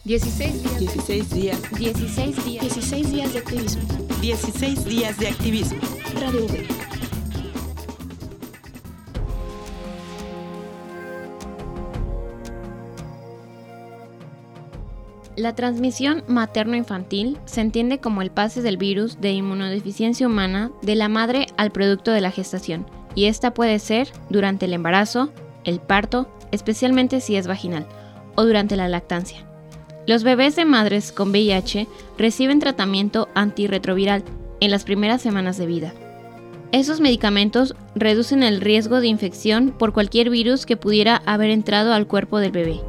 16 días. 16 días. 16 días. 16 días de activismo. 16 días de activismo. Radio V. La transmisión materno-infantil se entiende como el pase del virus de inmunodeficiencia humana de la madre al producto de la gestación, y esta puede ser durante el embarazo, el parto, especialmente si es vaginal, o durante la lactancia. Los bebés de madres con VIH reciben tratamiento antirretroviral en las primeras semanas de vida. Esos medicamentos reducen el riesgo de infección por cualquier virus que pudiera haber entrado al cuerpo del bebé.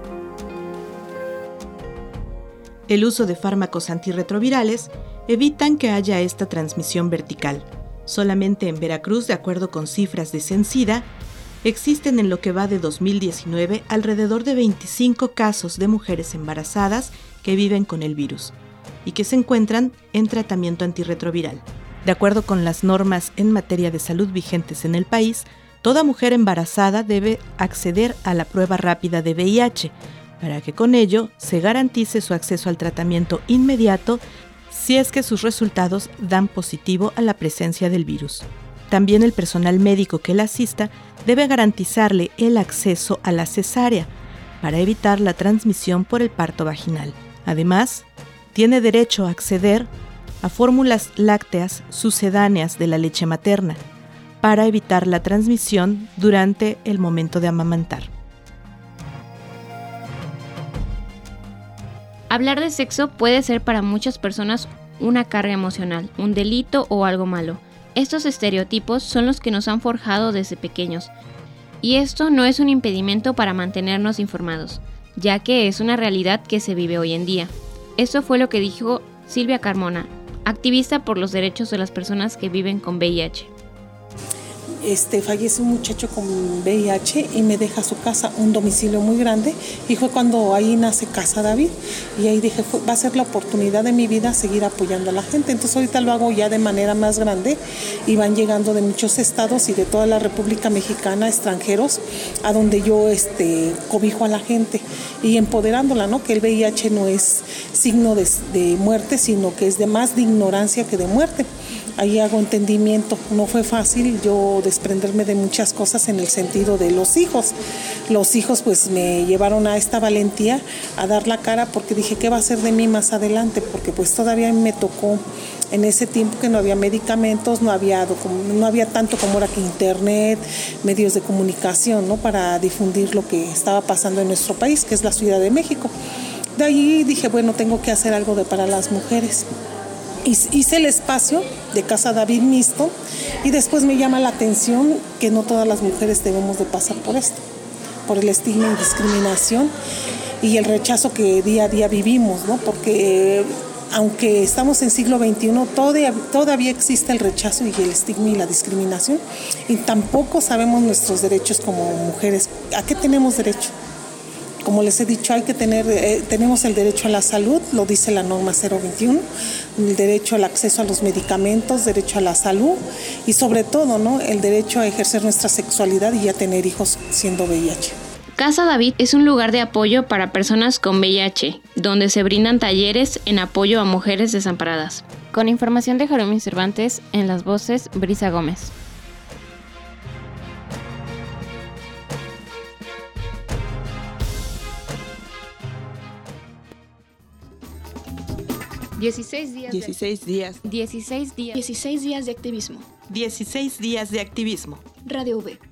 El uso de fármacos antirretrovirales evitan que haya esta transmisión vertical. Solamente en Veracruz, de acuerdo con cifras de Censida, existen en lo que va de 2019 alrededor de 25 casos de mujeres embarazadas que viven con el virus y que se encuentran en tratamiento antirretroviral. De acuerdo con las normas en materia de salud vigentes en el país, toda mujer embarazada debe acceder a la prueba rápida de VIH, para que con ello se garantice su acceso al tratamiento inmediato si es que sus resultados dan positivo a la presencia del virus. También el personal médico que la asista debe garantizarle el acceso a la cesárea para evitar la transmisión por el parto vaginal. Además, tiene derecho a acceder a fórmulas lácteas sucedáneas de la leche materna para evitar la transmisión durante el momento de amamantar. Hablar de sexo puede ser para muchas personas una carga emocional, un delito o algo malo. Estos estereotipos son los que nos han forjado desde pequeños, y esto no es un impedimento para mantenernos informados, ya que es una realidad que se vive hoy en día. Esto fue lo que dijo Silvia Carmona, activista por los derechos de las personas que viven con VIH. Fallece un muchacho con VIH y me deja su casa, un domicilio muy grande, y fue cuando ahí nace Casa David, y ahí dije, va a ser la oportunidad de mi vida seguir apoyando a la gente. Entonces ahorita lo hago ya de manera más grande y van llegando de muchos estados y de toda la República Mexicana extranjeros a donde yo cobijo a la gente y empoderándola, ¿no? Que el VIH no es signo de muerte, sino que es de más de ignorancia que de muerte. Ahí hago entendimiento. No fue fácil yo desprenderme de muchas cosas en el sentido de los hijos. Los hijos pues me llevaron a esta valentía, a dar la cara, porque dije, ¿qué va a ser de mí más adelante? Porque pues todavía me tocó en ese tiempo que no había medicamentos, no había tanto como ahora que internet, medios de comunicación, ¿no? Para difundir lo que estaba pasando en nuestro país, que es la Ciudad de México. De ahí dije, bueno, tengo que hacer algo para las mujeres. Hice el espacio de Casa David mixto y después me llama la atención que no todas las mujeres debemos de pasar por esto, por el estigma y discriminación y el rechazo que día a día vivimos, ¿no? Porque aunque estamos en siglo XXI, todavía existe el rechazo y el estigma y la discriminación, y tampoco sabemos nuestros derechos como mujeres. ¿A qué tenemos derecho? Como les he dicho, tenemos el derecho a la salud, lo dice la norma 021, el derecho al acceso a los medicamentos, derecho a la salud y sobre todo, ¿no? El derecho a ejercer nuestra sexualidad y a tener hijos siendo VIH. Casa David es un lugar de apoyo para personas con VIH, donde se brindan talleres en apoyo a mujeres desamparadas. Con información de Jeromín Cervantes, en las voces Brisa Gómez. Dieciséis días. 16 días. 16 días. 16 días de activismo. 16 días de activismo. Radio V.